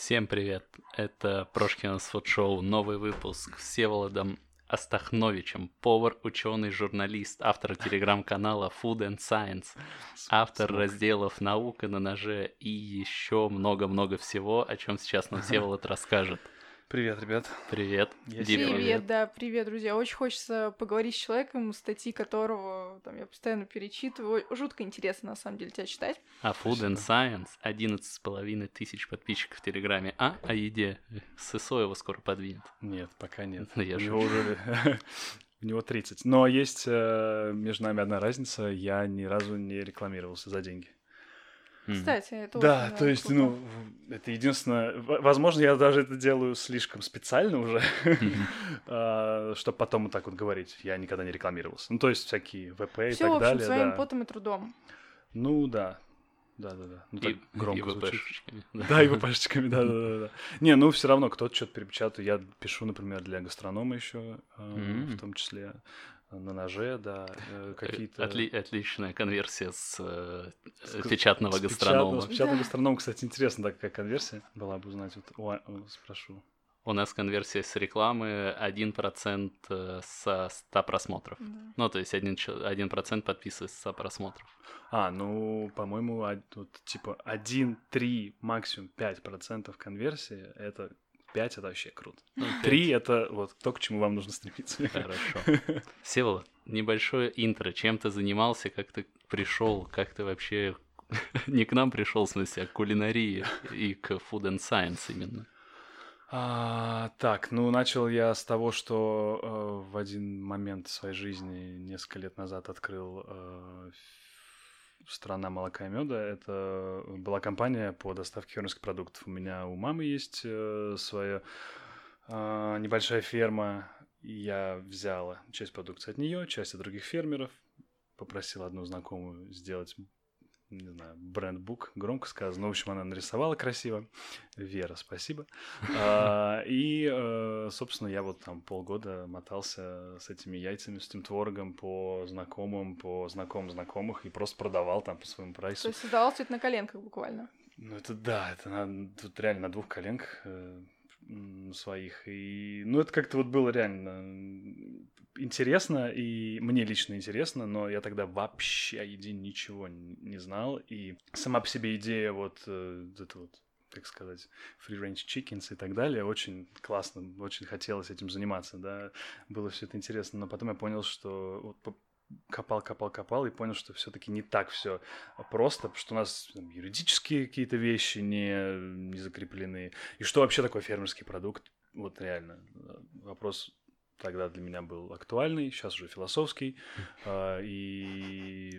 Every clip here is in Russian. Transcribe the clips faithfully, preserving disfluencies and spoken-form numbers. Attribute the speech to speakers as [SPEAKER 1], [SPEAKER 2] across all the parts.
[SPEAKER 1] Всем привет! Это Прошкинс Фуд Шоу, новый выпуск с Всеволодом Астахновичем, повар, ученый, журналист, автор телеграм-канала Food and Science, автор
[SPEAKER 2] Смог.
[SPEAKER 1] разделов «Наука на ноже» и еще много-много всего, о чем сейчас нам Всеволод расскажет.
[SPEAKER 2] Привет, ребят.
[SPEAKER 1] Привет.
[SPEAKER 2] Я
[SPEAKER 1] Ди,
[SPEAKER 2] Всеволод.
[SPEAKER 3] Привет, да, привет, друзья. Очень хочется поговорить с человеком, статьи которого там, я постоянно перечитываю. Жутко интересно, на самом деле, тебя читать.
[SPEAKER 1] А Food and Science, одиннадцать с половиной тысяч подписчиков в Телеграме. А о еде. ССО его скоро подвинет.
[SPEAKER 2] Нет, пока нет.
[SPEAKER 1] Ну, я
[SPEAKER 2] У
[SPEAKER 1] шучу.
[SPEAKER 2] него уже у него тридцать. Но есть э, между нами одна разница. Я ни разу не рекламировался за деньги.
[SPEAKER 1] М.
[SPEAKER 3] Кстати, это
[SPEAKER 2] Да,
[SPEAKER 3] очень,
[SPEAKER 2] то есть,
[SPEAKER 3] круто.
[SPEAKER 2] ну, это единственное... в- Возможно, я даже это делаю слишком специально уже,
[SPEAKER 1] Мгм.
[SPEAKER 2] чтобы потом вот так вот говорить. Я никогда не рекламировался. Ну, то есть, всякие ВП и
[SPEAKER 3] Все, в
[SPEAKER 2] так
[SPEAKER 3] общем,
[SPEAKER 2] далее,
[SPEAKER 3] своим
[SPEAKER 2] да.
[SPEAKER 3] потом и трудом.
[SPEAKER 2] Ну, да. Да-да-да. Ну, так
[SPEAKER 1] И,
[SPEAKER 2] громко
[SPEAKER 1] и
[SPEAKER 2] звучит.
[SPEAKER 1] ВПшечками.
[SPEAKER 2] Да, и ВПшечками, да-да-да. Не, ну все равно кто-то что-то перепечатает. Я пишу, например, для гастронома еще,
[SPEAKER 1] М.
[SPEAKER 2] в том числе э, на ноже, да, э, какие-то...
[SPEAKER 1] Отли- отличная конверсия с э,
[SPEAKER 2] с-
[SPEAKER 1] э, печатного
[SPEAKER 2] с печатного-
[SPEAKER 1] гастронома.
[SPEAKER 2] С печатного
[SPEAKER 3] Да.
[SPEAKER 2] гастронома, кстати, интересно, да, какая конверсия была бы узнать. Вот, у А- у- спрошу.
[SPEAKER 1] У нас конверсия с рекламы один процент э, со ста просмотров.
[SPEAKER 3] Да.
[SPEAKER 1] Ну, то есть один чел- один процент подписывается с ста просмотров.
[SPEAKER 2] А, ну, по-моему, а- вот, типа один, три, максимум пять процентов конверсии, это пять это вообще круто.
[SPEAKER 1] Ну,
[SPEAKER 2] три это вот то, к чему вам нужно стремиться.
[SPEAKER 1] Хорошо. Всеволод, небольшое интро. Чем ты занимался, как ты пришел, как ты вообще не к нам пришел, в смысле, а к кулинарии и к Food and Science именно.
[SPEAKER 2] А, так, ну начал я с того, что э, в один момент в своей жизни несколько лет назад открыл э, ф- «Страна молока и меда». Это была компания по доставке фермерских продуктов. У меня у мамы есть э, своя э, небольшая ферма. И я взял часть продукции от нее, часть от других фермеров. Попросил одну знакомую сделать, не знаю, брендбук, громко сказано. Ну, в общем, она нарисовала красиво. Вера, спасибо. А, И, э, собственно, я вот там полгода мотался с этими яйцами, с этим творогом по знакомым, по знакомым знакомых и просто продавал там по своему
[SPEAKER 3] То
[SPEAKER 2] прайсу.
[SPEAKER 3] есть создавался это на коленках буквально.
[SPEAKER 2] Ну, это да, это на- тут реально на двух коленках э, м, своих. И, ну, это как-то вот было реально м, интересно, и мне лично интересно, но я тогда вообще о еде ничего н- не знал. И сама по себе идея вот э, вот это вот, как сказать, free-range chickens и так далее, очень классно, очень хотелось этим заниматься, да, было все это интересно. Но потом я понял, что вот по- копал, копал, копал и понял, что все-таки не так все просто, потому что у нас там, юридические какие-то вещи не, не закреплены. И что вообще такое фермерский продукт? Вот реально э, вопрос тогда для меня был актуальный, сейчас уже философский. А, И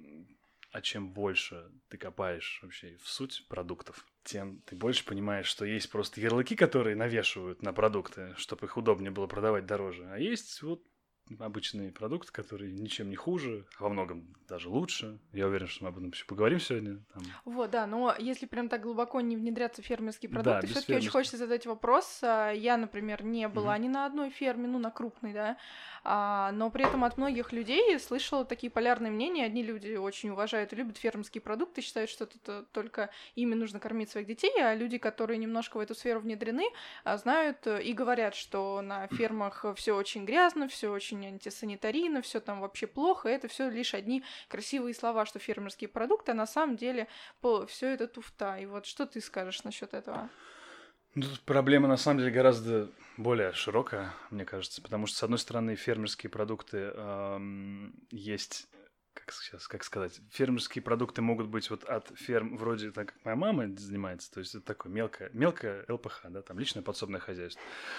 [SPEAKER 2] а чем больше ты копаешь вообще в суть продуктов, тем ты больше понимаешь, что есть просто ярлыки, которые навешивают на продукты, чтобы их удобнее было продавать дороже. А есть вот обычный продукт, который ничем не хуже, а во многом даже лучше. Я уверен, что мы об этом еще поговорим сегодня. Там.
[SPEAKER 3] Вот, да, но если прям так глубоко не внедряться в фермерские
[SPEAKER 2] Да,
[SPEAKER 3] продукты,
[SPEAKER 2] без
[SPEAKER 3] все-таки очень
[SPEAKER 2] фермерских.
[SPEAKER 3] хочется задать вопрос. А, Я, например, не была
[SPEAKER 2] Мгм.
[SPEAKER 3] ни на одной ферме, ну, на крупной, да, а, но при этом от многих людей слышала такие полярные мнения. Одни люди очень уважают и любят фермерские продукты, считают, что это только ими нужно кормить своих детей, а люди, которые немножко в эту сферу внедрены, а, знают э, и говорят, что на фермах все очень грязно, все очень антисанитарийно, все там вообще плохо, это все лишь одни красивые слова, что фермерские продукты, а на самом деле все это туфта. И вот что ты скажешь насчет этого?
[SPEAKER 2] Ну, тут проблема на самом деле гораздо более широкая, мне кажется, потому что, с одной стороны, фермерские продукты эм, есть, как сейчас, как сказать, фермерские продукты могут быть вот от ферм вроде так, как моя мама занимается, то есть это такое мелкое, мелкое ЛПХ, да, там личное подсобное хозяйство.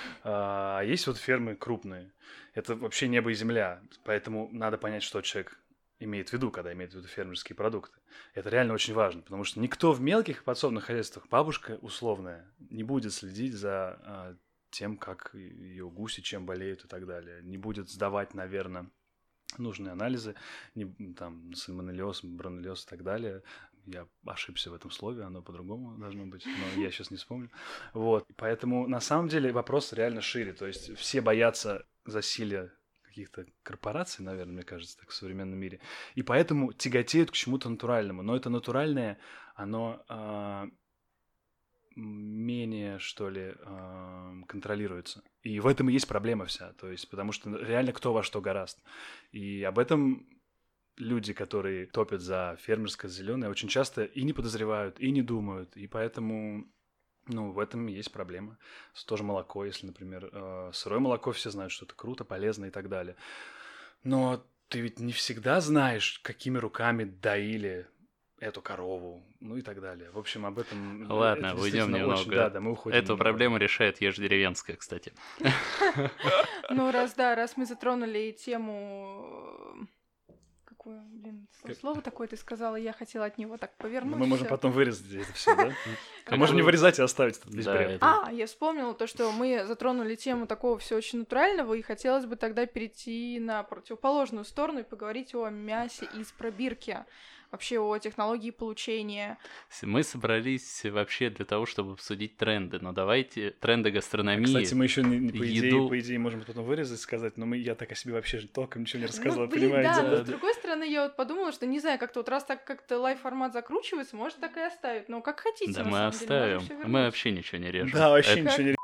[SPEAKER 2] А есть вот фермы крупные, это вообще небо и земля, поэтому надо понять, что человек имеет в виду, когда имеет в виду фермерские продукты. Это реально очень важно, потому что никто в мелких подсобных хозяйствах, бабушка условная, не будет следить за а, тем, как ее гуси чем болеют и так далее. Не будет сдавать, наверное, нужные анализы, не, там, сальмонеллез, бронеллез и так далее. Я ошибся в этом слове, оно по-другому должно быть, но я сейчас не вспомню. Вот, поэтому на самом деле вопрос реально шире, то есть все боятся засилия каких-то корпораций, наверное, мне кажется, так в современном мире. И поэтому тяготеют к чему-то натуральному. Но это натуральное, оно а, менее, что ли, э, контролируется. И в этом и есть проблема вся. То есть, потому что реально кто во что горазд. И об этом люди, которые топят за фермерское зеленое, очень часто и не подозревают, и не думают. И поэтому, ну, в этом есть проблема. Тоже молоко, если, например, э, сырое молоко, все знают, что это круто, полезно и так далее. Но ты ведь не всегда знаешь, какими руками доили эту корову, ну и так далее. В общем, об этом...
[SPEAKER 1] Ладно, уйдем немного.
[SPEAKER 2] Очень, да, да, мы уходим
[SPEAKER 1] Эту
[SPEAKER 2] немного.
[SPEAKER 1] проблему решает Ешь деревенская, кстати.
[SPEAKER 3] Ну, раз, да, раз мы затронули тему... Какое, блин, слово такое ты сказала, я хотела от него так повернуться.
[SPEAKER 2] Мы можем потом вырезать это все, да? А можем не вырезать и оставить этот весь бред.
[SPEAKER 3] А, я вспомнила то, что мы затронули тему такого все очень натурального, и хотелось бы тогда перейти на противоположную сторону и поговорить о мясе из пробирки. Вообще о технологии получения.
[SPEAKER 1] Мы собрались вообще для того, чтобы обсудить тренды, но давайте тренды гастрономии.
[SPEAKER 2] Кстати, мы еще не, по,
[SPEAKER 1] еду...
[SPEAKER 2] идее, по идее можем потом вырезать, сказать, но мы, я так о себе вообще толком ничего не рассказывала,
[SPEAKER 3] ну, блин,
[SPEAKER 2] понимаете?
[SPEAKER 3] Да, но с другой стороны, я вот подумала, что не знаю, как-то вот раз так как-то лайв-формат закручивается, может так и оставить, но как хотите.
[SPEAKER 1] Да,
[SPEAKER 3] на
[SPEAKER 1] мы
[SPEAKER 3] самом
[SPEAKER 1] оставим,
[SPEAKER 3] деле,
[SPEAKER 1] мы вообще ничего не режем.
[SPEAKER 2] Да, вообще
[SPEAKER 1] Это...
[SPEAKER 2] ничего не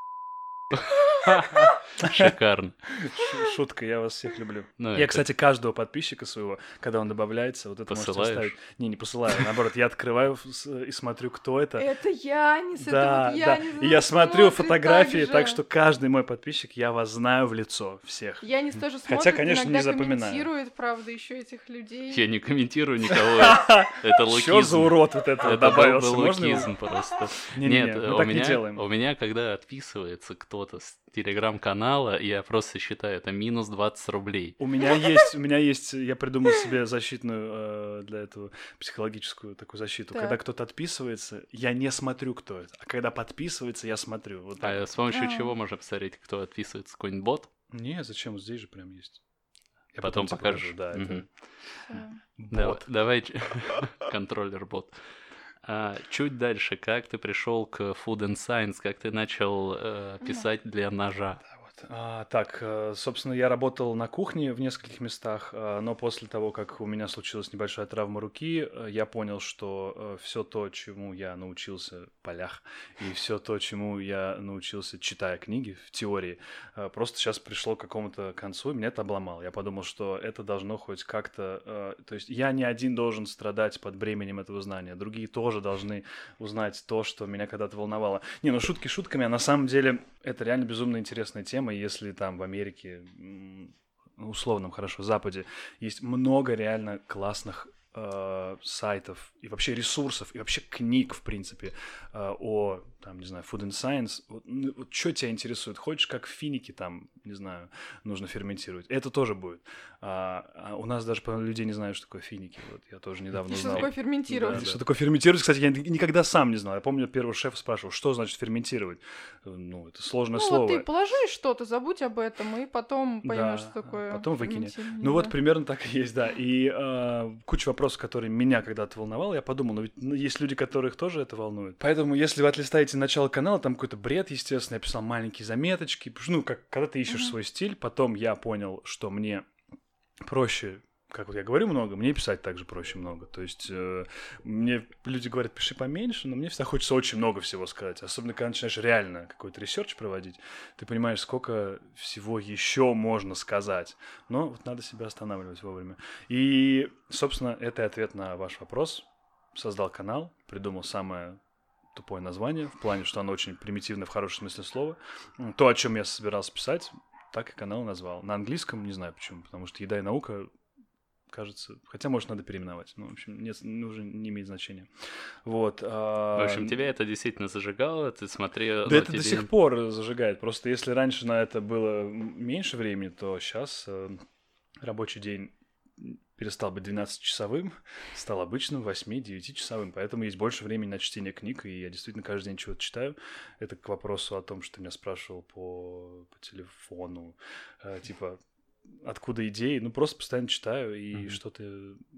[SPEAKER 1] Шикарно.
[SPEAKER 2] Шутка, я вас всех люблю.
[SPEAKER 1] Ну,
[SPEAKER 2] я,
[SPEAKER 1] это...
[SPEAKER 2] кстати, каждого подписчика своего, когда он добавляется, вот это
[SPEAKER 1] Посылаешь?
[SPEAKER 2] можете оставить. Не, не посылаю, наоборот, я открываю и смотрю, кто это.
[SPEAKER 3] Это Янис,
[SPEAKER 2] да,
[SPEAKER 3] это вот
[SPEAKER 2] да.
[SPEAKER 3] Янис.
[SPEAKER 2] И я смотрю фотографии,
[SPEAKER 3] так,
[SPEAKER 2] так что каждый мой подписчик, я вас знаю в лицо всех.
[SPEAKER 3] Янис тоже смотрит,
[SPEAKER 2] Хотя, конечно,
[SPEAKER 3] иногда
[SPEAKER 2] не запоминаю.
[SPEAKER 3] комментирует, правда, еще этих людей.
[SPEAKER 1] Я не комментирую никого. Это лукизм.
[SPEAKER 2] Что за урод вот это добавился?
[SPEAKER 1] Это лукизм просто. Нет, у меня, у меня, когда отписывается кто-то с телеграм-канала, я просто считаю, это минус двадцать рублей.
[SPEAKER 2] У меня есть, у меня есть, я придумал себе защитную э, для этого психологическую такую защиту. Так. Когда кто-то отписывается, я не смотрю, кто это, а когда подписывается, я смотрю. Вот
[SPEAKER 1] а с помощью а. чего можно посмотреть, кто отписывается? Какой-нибудь бот?
[SPEAKER 2] Не, зачем? Здесь же прям есть.
[SPEAKER 1] Я потом, потом покажешь.
[SPEAKER 2] Да,
[SPEAKER 1] угу.
[SPEAKER 2] это
[SPEAKER 1] бот. Давай, контроллер бот. А, чуть дальше, как ты пришел к Food and Science, как ты начал э, писать для ножа?
[SPEAKER 2] Да, вот. а, так, собственно, я работал на кухне в нескольких местах, но после того, как у меня случилась небольшая травма руки, я понял, что все то, чему я научился в полях, и все то, чему я научился, читая книги в теории, просто сейчас пришло к какому-то концу, и меня это обломало. Я подумал, что это должно хоть как-то... То есть я не один должен страдать под бременем этого знания, другие тоже должны узнать то, что меня когда-то волновало. Не, ну шутки шутками, а на самом деле это реально безумно интересная тема, и если там в Америке, условном, хорошо, Западе, есть много реально классных э, сайтов и вообще ресурсов, и вообще книг, в принципе, э, о, там, не знаю, Food and Science. Вот, ну, вот что тебя интересует? Хочешь, как финики там, не знаю, нужно ферментировать? Это тоже будет. А, а у нас даже, по-моему, людей не знают, что такое финики. Вот я тоже недавно узнал.
[SPEAKER 3] Что такое ферментировать?
[SPEAKER 2] Да, да. Что такое ферментировать? Кстати, я никогда сам не знал. Я помню, первого шефа спрашивал, что значит ферментировать? Ну, это сложное
[SPEAKER 3] ну,
[SPEAKER 2] слово.
[SPEAKER 3] Ну, вот ты положи что-то, забудь об этом, и потом поймешь,
[SPEAKER 2] да,
[SPEAKER 3] что такое
[SPEAKER 2] потом выкини. Ну,
[SPEAKER 3] да.
[SPEAKER 2] вот примерно так и есть, да. И э, куча вопросов, которые меня когда-то волновало, я подумал, ну, ведь ну, есть люди, которых тоже это волнует. Поэтому, если вы отлистаете начало канала, там какой-то бред, естественно, я писал маленькие заметочки. Ну, как когда ты ищешь mm-hmm. свой стиль, потом я понял, что мне проще, как вот я говорю много, мне писать также проще много. То есть э, мне люди говорят, пиши поменьше, но мне всегда хочется очень много всего сказать. Особенно, когда начинаешь реально какой-то ресерч проводить, ты понимаешь, сколько всего еще можно сказать. Но вот надо себя останавливать вовремя. И, собственно, это ответ на ваш вопрос. Создал канал, придумал самое тупое название, в плане, что оно очень примитивное в хорошем смысле слова. То, о чем я собирался писать, так и канал назвал. На английском не знаю почему, потому что «Еда и наука», кажется, хотя, может, надо переименовать. Ну, в общем, нет, уже не имеет значения. Вот. А...
[SPEAKER 1] В общем, тебя это действительно зажигало, ты смотрел...
[SPEAKER 2] Да, это тебе... до сих пор зажигает. Просто если раньше на это было меньше времени, то сейчас э, рабочий день перестал быть двенадцатичасовым, стал обычным восемь-девятичасовым, поэтому есть больше времени на чтение книг, и я действительно каждый день чего-то читаю. Это к вопросу о том, что ты меня спрашивал по, по телефону, э, типа, откуда идеи, ну, просто постоянно читаю, и mm-hmm. что-то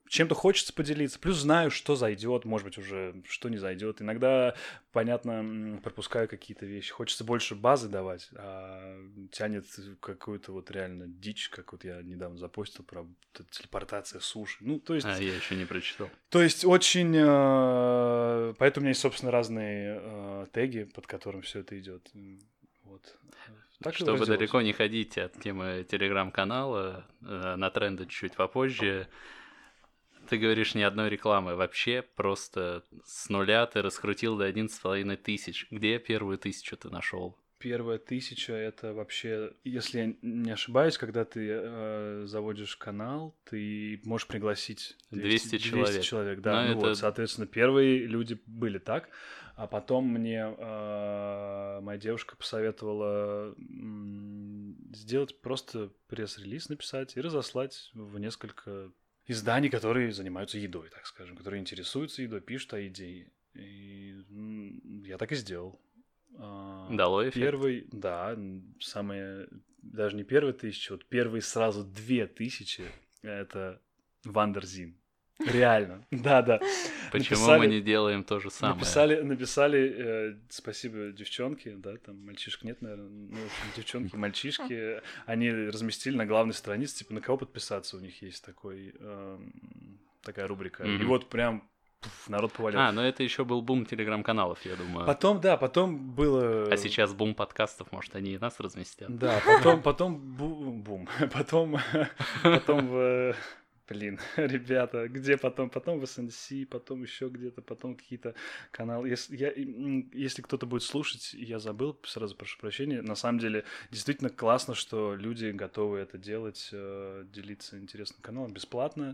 [SPEAKER 2] чем-то хочется поделиться, плюс знаю, что зайдет, может быть, уже что не зайдет. Иногда, понятно, пропускаю какие-то вещи. Хочется больше базы давать, а тянет какую-то вот реально дичь, как вот я недавно запостил про телепортацию суши. Ну, то есть...
[SPEAKER 1] А, я еще не прочитал.
[SPEAKER 2] То есть очень... Э, поэтому у меня есть, собственно, разные э, теги, под которым все это идет. Вот. Так
[SPEAKER 1] Чтобы далеко не ходить от темы телеграм-канала, э, на тренды чуть-чуть попозже. Ты говоришь, ни одной рекламы. Вообще просто с нуля ты раскрутил до одиннадцати с половиной тысяч. Где первую тысячу ты нашел?
[SPEAKER 2] Первая тысяча — это вообще, если я не ошибаюсь, когда ты э, заводишь канал, ты можешь пригласить
[SPEAKER 1] двести, двести человек.
[SPEAKER 2] двести человек, да. Ну,
[SPEAKER 1] это...
[SPEAKER 2] вот, соответственно, первые люди были так. А потом мне э, моя девушка посоветовала м- сделать просто пресс-релиз, написать и разослать в несколько изданий, которые занимаются едой, так скажем, которые интересуются едой, пишут о еде. И м- я так и сделал.
[SPEAKER 1] Дало эффект?
[SPEAKER 2] Первый, да, самые, даже не первые тысячи, вот первые сразу две тысячи, это Вандерзин. Реально, да-да.
[SPEAKER 1] Почему
[SPEAKER 2] написали,
[SPEAKER 1] мы не делаем то же самое?
[SPEAKER 2] Написали, написали э, спасибо девчонки, да, там мальчишек нет, наверное, ну, в общем, девчонки, мальчишки, они разместили на главной странице, типа, на кого подписаться, у них есть такой, э, такая рубрика. Mm-hmm. И вот прям пуф, народ повалил.
[SPEAKER 1] А, ну это еще был бум телеграм-каналов, я думаю.
[SPEAKER 2] Потом, да, потом было...
[SPEAKER 1] А сейчас бум подкастов, может, они и нас разместят.
[SPEAKER 2] Да, потом, потом бум, бум. потом, потом в... Блин, ребята, где потом? Потом в эс эн си, потом еще где-то, потом какие-то каналы. Если, я, если кто-то будет слушать, я забыл, сразу прошу прощения. На самом деле, действительно классно, что люди готовы это делать, делиться интересным каналом бесплатно.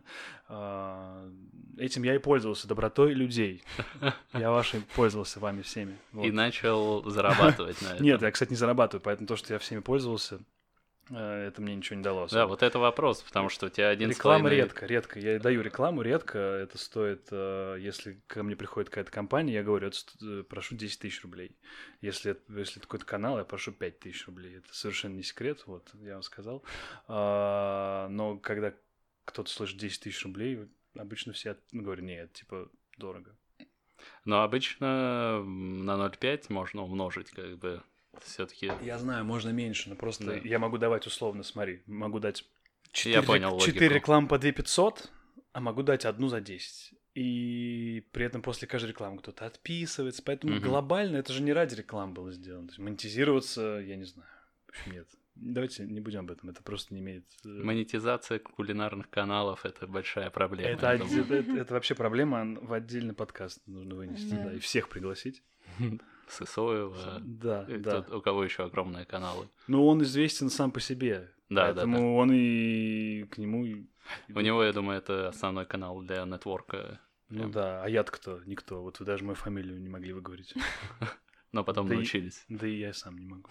[SPEAKER 2] Этим я и пользовался, добротой людей. Я вашей пользовался, вами всеми.
[SPEAKER 1] Вот. И начал зарабатывать на этом.
[SPEAKER 2] Нет, я, кстати, не зарабатываю, поэтому то, что я всеми пользовался, это мне ничего не дало особо.
[SPEAKER 1] Да, вот это вопрос, потому что у тебя один
[SPEAKER 2] Реклама
[SPEAKER 1] половиной...
[SPEAKER 2] редко, редко. Я даю рекламу редко. Это стоит, если ко мне приходит какая-то компания, я говорю, это прошу десять тысяч рублей. Если, если это какой-то канал, я прошу пять тысяч рублей. Это совершенно не секрет, вот, я вам сказал. Но когда кто-то слышит десять тысяч рублей, обычно все говорят, нет, типа, дорого.
[SPEAKER 1] Но обычно на ноль целых пять десятых можно умножить, как бы... Все-таки...
[SPEAKER 2] Я знаю, можно меньше, но просто да. Я могу давать условно, смотри, могу дать четыре рекламы по две тысячи пятьсот, а могу дать одну за десять. И при этом после каждой рекламы кто-то отписывается, поэтому угу. глобально это же не ради рекламы было сделано. То есть монетизироваться, я не знаю, в общем, нет. Давайте не будем об этом, это просто не имеет...
[SPEAKER 1] Монетизация кулинарных каналов — это большая проблема.
[SPEAKER 2] Это, один, это, это вообще проблема, в отдельный подкаст нужно вынести, да, да и всех пригласить.
[SPEAKER 1] Сысоева,
[SPEAKER 2] да,
[SPEAKER 1] да. У кого еще огромные каналы.
[SPEAKER 2] Ну, он известен сам по себе,
[SPEAKER 1] да,
[SPEAKER 2] поэтому
[SPEAKER 1] да, да.
[SPEAKER 2] он и к нему... И...
[SPEAKER 1] У него, я думаю, это основной канал для нетворка.
[SPEAKER 2] Ну да, а я-то кто? Никто. Вот вы даже мою фамилию не могли выговорить.
[SPEAKER 1] Но потом
[SPEAKER 2] да
[SPEAKER 1] научились.
[SPEAKER 2] И, да и я сам не могу.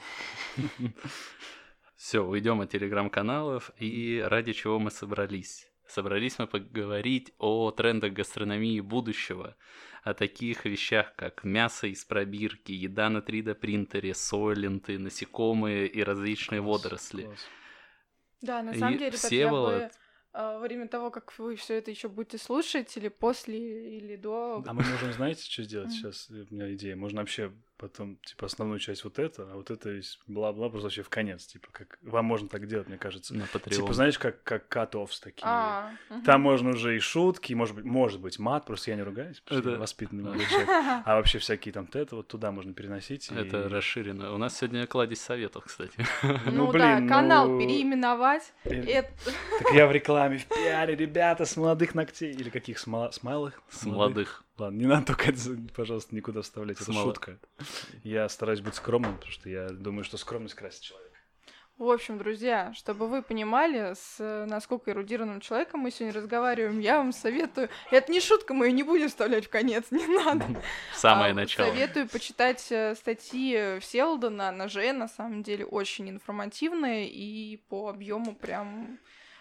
[SPEAKER 1] Все, уйдем от телеграм-каналов. И ради чего мы собрались? Собрались мы поговорить о трендах гастрономии будущего, о таких вещах, как мясо из пробирки, еда на три дэ принтере, сойленты, насекомые и различные класс, водоросли. Класс.
[SPEAKER 3] Да, на самом и деле,
[SPEAKER 1] Всеволод...
[SPEAKER 3] я бы во время того, как вы все это еще будете слушать, или после, или до...
[SPEAKER 2] А мы можем, знаете, что сделать сейчас? У меня идея. Можно вообще потом, типа, основную часть вот это, а вот это есть бла-бла, просто вообще в конец. Типа, как вам можно так делать, мне кажется.
[SPEAKER 1] На Patreon.
[SPEAKER 2] Типа, знаешь, как, как cut-offs такие.
[SPEAKER 3] А,
[SPEAKER 2] Там угу. можно уже и шутки, может быть, может быть, мат, просто я не ругаюсь, потому это... что я воспитанный молодой человек. А вообще всякие там это вот туда можно переносить.
[SPEAKER 1] Это
[SPEAKER 2] и...
[SPEAKER 1] расширено. У нас сегодня кладезь советов, кстати.
[SPEAKER 3] Ну, да, канал переименовать.
[SPEAKER 2] Так я в рекламе, в пиаре, ребята, с молодых ногтей. Или каких, с малых?
[SPEAKER 1] С молодых.
[SPEAKER 2] Ладно, не надо только, пожалуйста, никуда вставлять. Это шутка. Я стараюсь быть скромным, потому что я думаю, что скромность красит человека.
[SPEAKER 3] В общем, друзья, чтобы вы понимали, с насколько эрудированным человеком мы сегодня разговариваем, я вам советую... Это не шутка, мы ее не будем вставлять в конец, не надо.
[SPEAKER 1] Самое начало.
[SPEAKER 3] Советую почитать статьи Всеволода на эн же, на самом деле, очень информативные и по объему прям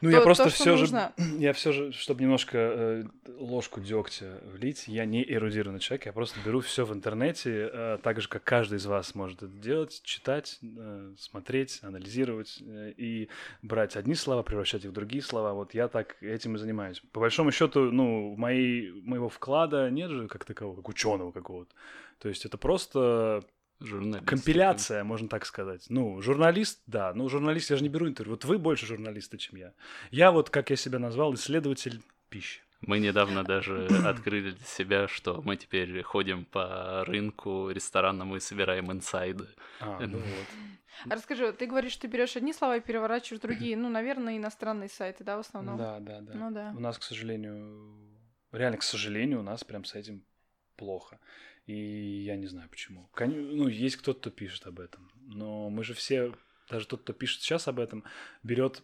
[SPEAKER 2] Ну,
[SPEAKER 3] то,
[SPEAKER 2] я просто
[SPEAKER 3] то, что
[SPEAKER 2] все
[SPEAKER 3] нужно.
[SPEAKER 2] же, я все же, чтобы немножко э, ложку дегтя влить, я не эрудированный человек, я просто беру все в интернете, э, так же, как каждый из вас может это делать, читать, э, смотреть, анализировать э, и брать одни слова, превращать их в другие слова. Вот я так этим и занимаюсь. По большому счету, ну, моей, моего вклада нет же как такового, как ученого какого-то. То есть это просто... компиляция, можно так сказать. Ну, журналист, да. Ну, журналист, я же не беру интервью. Вот вы больше журналисты, чем я. Я вот, как я себя назвал, исследователь пищи.
[SPEAKER 1] Мы недавно даже открыли для себя, что мы теперь ходим по рынку ресторанному и собираем инсайды.
[SPEAKER 2] А, ну вот.
[SPEAKER 3] А расскажи, ты говоришь, что ты берешь одни слова и переворачиваешь другие. Ну, наверное, иностранные сайты, да, в основном?
[SPEAKER 2] Да, да, да.
[SPEAKER 3] Ну да.
[SPEAKER 2] У нас, к сожалению, реально, к сожалению, у нас прям с этим плохо. И я не знаю почему. Ну, есть кто-то, кто пишет об этом. Но мы же все, даже тот, кто пишет сейчас об этом, берет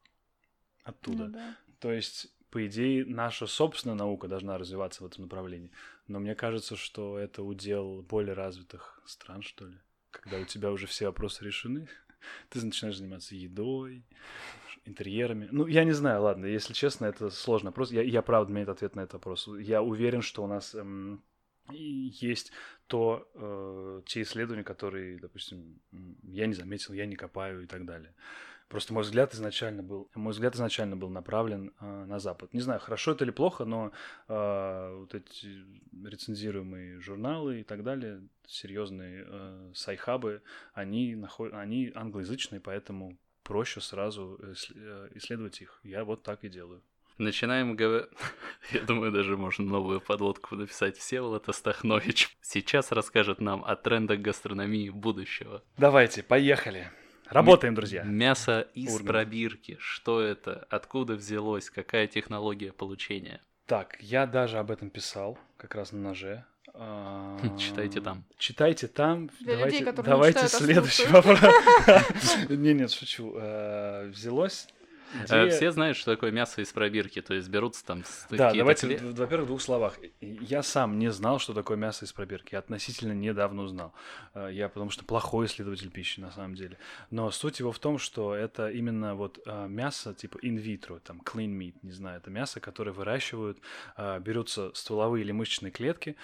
[SPEAKER 2] оттуда.
[SPEAKER 3] Ну, да.
[SPEAKER 2] То есть, по идее, наша собственная наука должна развиваться в этом направлении. Но мне кажется, что это удел более развитых стран, что ли. Когда у тебя уже все вопросы решены, ты начинаешь заниматься едой, интерьерами. Ну, я не знаю, ладно, если честно, это сложный вопрос. Я, я правда, у меня нет ответа на этот вопрос. Я уверен, что у нас... Эм, И есть то, э, те исследования, которые, допустим, я не заметил, я не копаю и так далее. Просто мой взгляд изначально был, мой взгляд изначально был направлен э, на Запад. Не знаю, хорошо это или плохо, но э, вот эти рецензируемые журналы и так далее, серьезные э, сайхабы, они, наход... они англоязычные, поэтому проще сразу исследовать их. Я вот так и делаю.
[SPEAKER 1] Начинаем говорить... Я думаю, даже можно новую подводку написать. Всеволод Астахнович сейчас расскажет нам о трендах гастрономии будущего.
[SPEAKER 2] Давайте, поехали. Работаем, друзья.
[SPEAKER 1] Мясо из
[SPEAKER 2] Ургант.
[SPEAKER 1] пробирки. Что это? Откуда взялось? Какая технология получения?
[SPEAKER 2] Так, я даже об этом писал, как раз на ноже.
[SPEAKER 1] Читайте там.
[SPEAKER 2] Читайте там.
[SPEAKER 3] Для
[SPEAKER 2] давайте
[SPEAKER 3] людей, которые
[SPEAKER 2] давайте
[SPEAKER 3] не читают, а
[SPEAKER 2] следующий
[SPEAKER 3] слушают.
[SPEAKER 2] вопрос. Не, нет, шучу. Взялось.
[SPEAKER 1] Идея... Все знают, что такое мясо из пробирки, то есть берутся там...
[SPEAKER 2] Да, давайте, кле... во-первых, в двух словах. Я сам не знал, что такое мясо из пробирки. Я относительно недавно узнал. Я потому что плохой исследователь пищи, на самом деле. Но суть его в том, что это именно вот мясо типа in-vitro, там clean meat, не знаю, это мясо, которое выращивают, берутся стволовые или мышечные клетки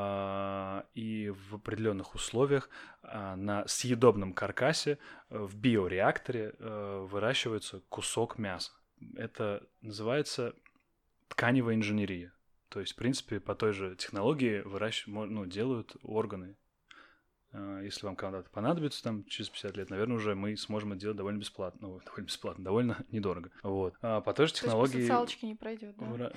[SPEAKER 2] и в определенных условиях на съедобном каркасе в биореакторе выращивается кусок мяса. Это называется тканевая инженерия. То есть, в принципе, по той же технологии выращивают, ну, делают органы. Если вам когда-то понадобится, там, через пятьдесят лет, наверное, уже мы сможем это делать довольно бесплатно. Ну, довольно бесплатно, довольно недорого. Вот. А по той же технологии...
[SPEAKER 3] То есть по социалочке не пройдет, да?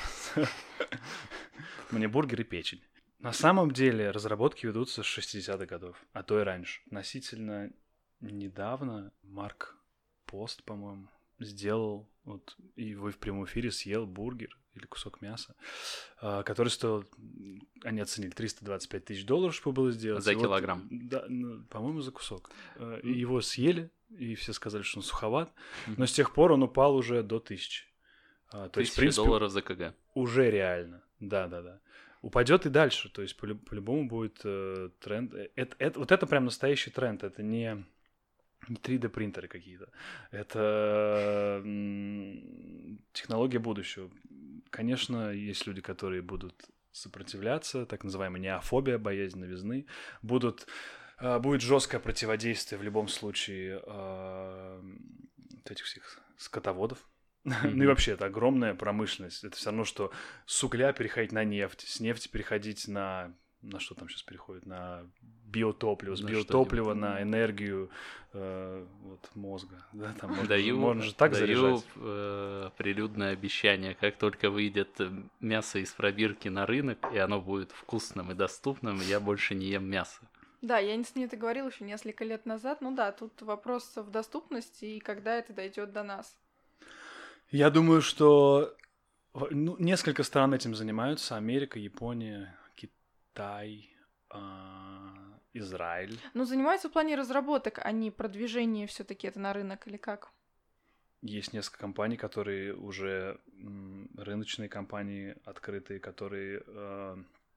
[SPEAKER 2] Мне бургер и печень. На самом деле разработки ведутся с шестидесятых годов, а то и раньше. Относительно недавно Марк Пост, по-моему, сделал, вот, и вы в прямом эфире съел бургер или кусок мяса, который стоил, они оценили, триста двадцать пять тысяч долларов, чтобы было сделать.
[SPEAKER 1] За
[SPEAKER 2] и
[SPEAKER 1] килограмм?
[SPEAKER 2] Вот, да, ну, по-моему, за кусок. Mm. И его съели, и все сказали, что он суховат, mm-hmm. но с тех пор он упал уже до тысячи. То
[SPEAKER 1] Тысяча
[SPEAKER 2] есть, в принципе,
[SPEAKER 1] долларов за кг.
[SPEAKER 2] Уже реально, да-да-да. Упадет и дальше, то есть по- по-любому будет э, тренд. Это, это, вот это прям настоящий тренд, это не, не три дэ принтеры какие-то, это м- технология будущего. Конечно, есть люди, которые будут сопротивляться, так называемая неофобия, боязнь новизны, будут, э, будет жесткое противодействие в любом случае э, этих всех скотоводов. Mm-hmm. Ну и вообще, это огромная промышленность. Это все равно, что с угля переходить на нефть, с нефти переходить на... На что там сейчас переходит? На биотопливо, с
[SPEAKER 1] на
[SPEAKER 2] биотоплива на энергию э, вот, мозга. Да, там можно,
[SPEAKER 1] даю,
[SPEAKER 2] можно же так
[SPEAKER 1] даю,
[SPEAKER 2] заряжать.
[SPEAKER 1] Э, прилюдное обещание. Как только выйдет мясо из пробирки на рынок, и оно будет вкусным и доступным, я больше не ем мясо.
[SPEAKER 3] Да, я не с ней это говорила еще несколько лет назад. Ну да, тут вопрос в доступности и когда это дойдет до нас.
[SPEAKER 2] Я думаю, что ну, несколько стран этим занимаются. Америка, Япония, Китай, э, Израиль.
[SPEAKER 3] Ну, занимаются в плане разработок, а не продвижения все-таки это на рынок или как?
[SPEAKER 2] Есть несколько компаний, которые уже м, рыночные компании открытые, которые э,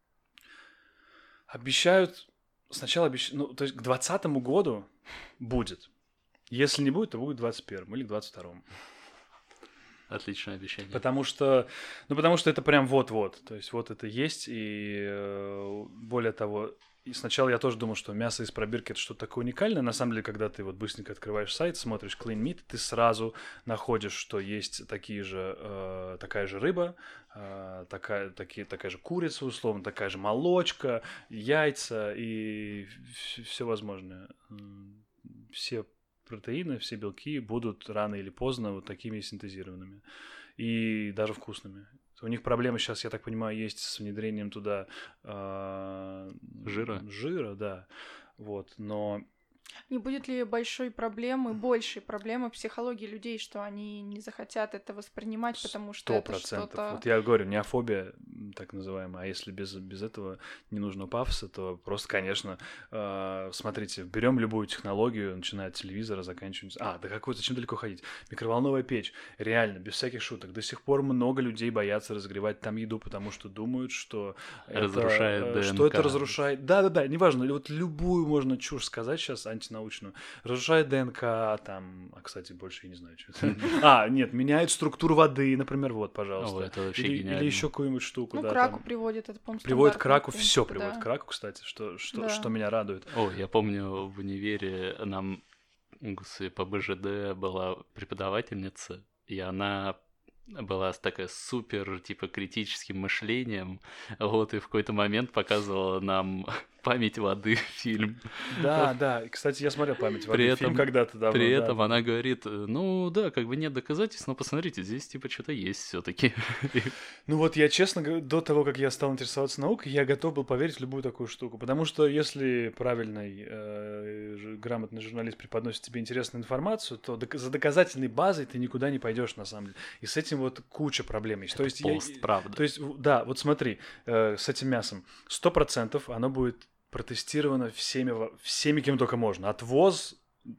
[SPEAKER 2] обещают... Сначала обещают... Ну, то есть к двадцатому году будет. Если не будет, то будет к двадцать первому или к двадцать второму.
[SPEAKER 1] Отличное обещание.
[SPEAKER 2] Потому что, ну, потому что это прям вот-вот. То есть вот это есть, и э, более того, и сначала я тоже думал, что мясо из пробирки — это что-то такое уникальное. На самом деле, когда ты вот быстренько открываешь сайт, смотришь Clean Meat, ты сразу находишь, что есть такие же, э, такая же рыба, э, такая, такие, такая же курица, условно, такая же молочка, яйца и все возможное. Все протеины, все белки будут рано или поздно вот такими синтезированными. И даже вкусными. У них проблемы сейчас, я так понимаю, есть с внедрением туда э,
[SPEAKER 1] жира.
[SPEAKER 2] Жира, да. Вот, но...
[SPEAKER 3] Не будет ли большой проблемы, большей проблемы в психологии людей, что они не захотят это воспринимать, потому что
[SPEAKER 2] сто
[SPEAKER 3] это
[SPEAKER 2] процентов.
[SPEAKER 3] что-то...
[SPEAKER 2] Вот я говорю, неофобия, так называемая, а если без, без этого ненужного пафоса, то просто, конечно, э, смотрите, берем любую технологию, начиная от телевизора, заканчивая... А, да какой, зачем далеко ходить? Микроволновая печь, реально, без всяких шуток. До сих пор много людей боятся разогревать там еду, потому что думают, что
[SPEAKER 1] разрушает
[SPEAKER 2] это,
[SPEAKER 1] ДНК.
[SPEAKER 2] Что это разрушает... Да-да-да, неважно, вот любую можно чушь сказать сейчас, антинаучную. Разрушает ДНК, там... А, кстати, больше я не знаю, что это. А, нет, меняет структуру воды, например, вот, пожалуйста.
[SPEAKER 1] О, это вообще
[SPEAKER 2] или,
[SPEAKER 1] гениально.
[SPEAKER 2] или еще какую-нибудь штуку.
[SPEAKER 3] Ну,
[SPEAKER 2] да,
[SPEAKER 3] к раку
[SPEAKER 2] там.
[SPEAKER 3] приводит, это, по-моему,
[SPEAKER 2] Приводит к раку,
[SPEAKER 3] принципе,
[SPEAKER 2] все приводит
[SPEAKER 3] да.
[SPEAKER 2] к раку, кстати, что, что,
[SPEAKER 3] Да.
[SPEAKER 2] что меня радует.
[SPEAKER 1] О, я помню, в универе нам по БЖД была преподавательница, и она была такая супер, типа, критическим мышлением, вот, и в какой-то момент показывала нам «Память воды» фильм.
[SPEAKER 2] Да, да, и, кстати, я смотрел «Память воды»
[SPEAKER 1] При этом,
[SPEAKER 2] фильм когда-то давно.
[SPEAKER 1] При
[SPEAKER 2] да,
[SPEAKER 1] этом
[SPEAKER 2] да.
[SPEAKER 1] она говорит, ну да, как бы нет доказательств, но посмотрите, здесь типа что-то есть все таки.
[SPEAKER 2] Ну вот я, честно говоря, до того, как я стал интересоваться наукой, я готов был поверить в любую такую штуку. Потому что если правильный, э, грамотный журналист преподносит тебе интересную информацию, то док- за доказательной базой ты никуда не пойдешь на самом деле. И с этим вот куча проблем есть. То есть,
[SPEAKER 1] Пост,
[SPEAKER 2] я,
[SPEAKER 1] правда.
[SPEAKER 2] То есть, да, вот смотри, э, с этим мясом сто процентов оно будет протестировано всеми, всеми, кем только можно. От ВОЗ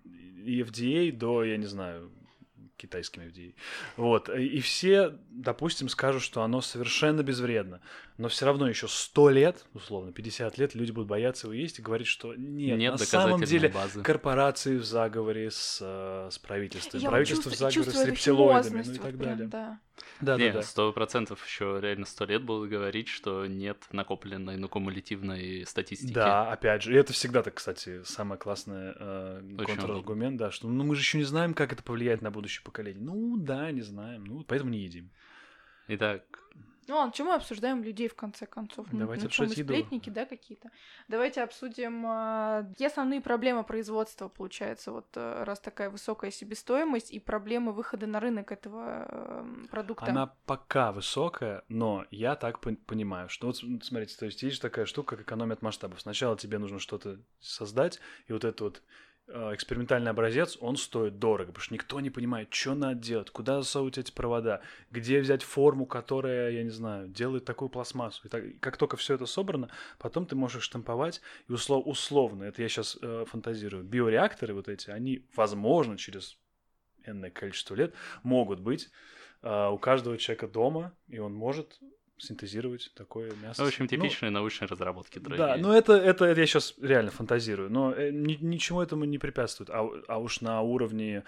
[SPEAKER 2] и эф ди эй до, я не знаю, китайским эф ди эй. Вот. И все, допустим, скажут, что оно совершенно безвредно. Но все равно еще сто лет, условно, пятьдесят лет, люди будут бояться его есть и говорить, что нет,
[SPEAKER 1] Нет
[SPEAKER 2] на самом деле
[SPEAKER 1] базы.
[SPEAKER 2] Корпорации в заговоре с, с правительством,
[SPEAKER 3] Я
[SPEAKER 2] правительство
[SPEAKER 3] чувствую,
[SPEAKER 2] в заговоре с
[SPEAKER 3] чувствую
[SPEAKER 2] рептилоидами, ну и
[SPEAKER 3] вот
[SPEAKER 2] так
[SPEAKER 3] прям,
[SPEAKER 2] далее.
[SPEAKER 3] Да.
[SPEAKER 2] Да,
[SPEAKER 1] Не,
[SPEAKER 2] да, да.
[SPEAKER 1] сто процентов еще реально сто лет будут говорить, что нет накопленной, ну, кумулятивной статистики.
[SPEAKER 2] Да, опять же, и это всегда так, кстати, самый классный э, контраргумент, да, что ну мы же еще не знаем, как это повлияет на будущее поколение. Ну да, не знаем, ну поэтому не едим.
[SPEAKER 1] Итак.
[SPEAKER 3] Ну ладно, чем мы обсуждаем людей, в конце концов?
[SPEAKER 2] Давайте
[SPEAKER 3] ну,
[SPEAKER 2] обсуждать еду.
[SPEAKER 3] Сплетники, да, какие-то. Давайте обсудим, э, где основные проблемы производства, получается, вот э, раз такая высокая себестоимость и проблемы выхода на рынок этого э, продукта.
[SPEAKER 2] Она пока высокая, но я так пон- понимаю, что вот смотрите, то есть есть такая штука, как экономия от масштабов. Сначала тебе нужно что-то создать, и вот это вот экспериментальный образец, он стоит дорого, потому что никто не понимает, что надо делать, куда засовывать эти провода, где взять форму, которая, я не знаю, делает такую пластмассу. И, так, и как только все это собрано, потом ты можешь штамповать, и услов, условно, это я сейчас э, фантазирую, биореакторы вот эти, они, возможно, через энное количество лет могут быть э, у каждого человека дома, и он может синтезировать такое мясо.
[SPEAKER 1] В общем, типичные ну, научные разработки, дорогие.
[SPEAKER 2] Да, но это, это, это я сейчас реально фантазирую, но э, ни, ничему этому не препятствует. А, а уж на уровне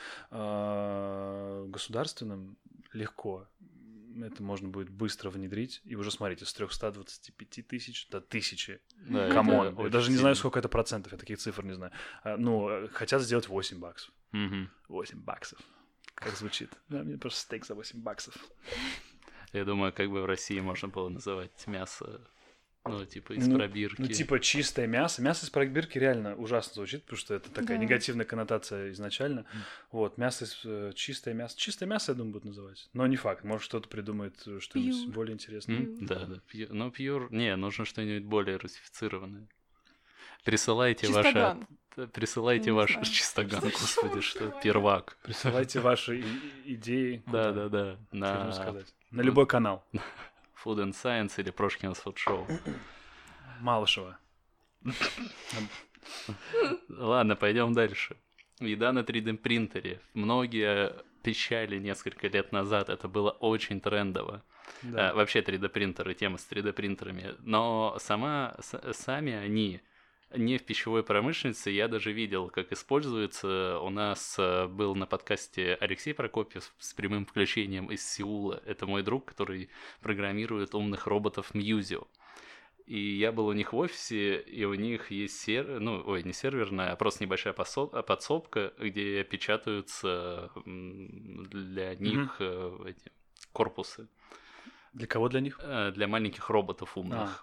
[SPEAKER 2] э, государственном легко это можно будет быстро внедрить. И уже, смотрите, с триста двадцать пять тысяч до тысячи.
[SPEAKER 1] Да,
[SPEAKER 2] камон. Я даже не
[SPEAKER 1] сильно.
[SPEAKER 2] знаю, сколько это процентов, я таких цифр не знаю. А, ну, хотят сделать восемь баксов.
[SPEAKER 1] Угу.
[SPEAKER 2] восемь баксов. Как звучит? Да, мне просто стейк за восемь баксов.
[SPEAKER 1] Я думаю, как бы в России можно было называть мясо, ну, типа из
[SPEAKER 2] ну,
[SPEAKER 1] пробирки.
[SPEAKER 2] Ну, типа чистое мясо. Мясо из пробирки реально ужасно звучит, потому что это такая
[SPEAKER 3] Да.
[SPEAKER 2] негативная коннотация изначально. Mm. Вот, мясо, из, э, чистое мясо. Чистое мясо, я думаю, будут называть. Но не факт. Может, кто-то придумает что-нибудь
[SPEAKER 3] Pure.
[SPEAKER 2] более интересное.
[SPEAKER 1] М? Да, да. Пью... Ну, пьюр... Не, нужно что-нибудь более русифицированное. Присылайте
[SPEAKER 3] Чистоган.
[SPEAKER 1] ваше... Присылайте
[SPEAKER 3] Не
[SPEAKER 1] ваш
[SPEAKER 3] знаю.
[SPEAKER 1] чистоган, господи, что первак.
[SPEAKER 2] Присылайте ваши и- идеи.
[SPEAKER 1] Да, да, да.
[SPEAKER 2] Как можно
[SPEAKER 1] На
[SPEAKER 2] сказать? На любой канал.
[SPEAKER 1] Food and Science или Прошкин's Food Show.
[SPEAKER 2] Малышева.
[SPEAKER 1] Ладно, пойдем дальше. Еда на три дэ принтере. Многие пищали несколько лет назад, это было очень трендово.
[SPEAKER 2] Да.
[SPEAKER 1] А, вообще три дэ принтеры, тема с три дэ принтерами. Но сама, с- сами они не в пищевой промышленности, я даже видел, как используется. У нас э, был на подкасте Алексей Прокопьев с прямым включением из Сеула. Это мой друг, который программирует умных роботов Muzio. И я был у них в офисе, и у них есть сервер, ну, ой, не серверная, а просто небольшая посо- подсобка, где печатаются для них mm-hmm. э, эти корпусы.
[SPEAKER 2] Для кого для них?
[SPEAKER 1] Э, для маленьких роботов умных.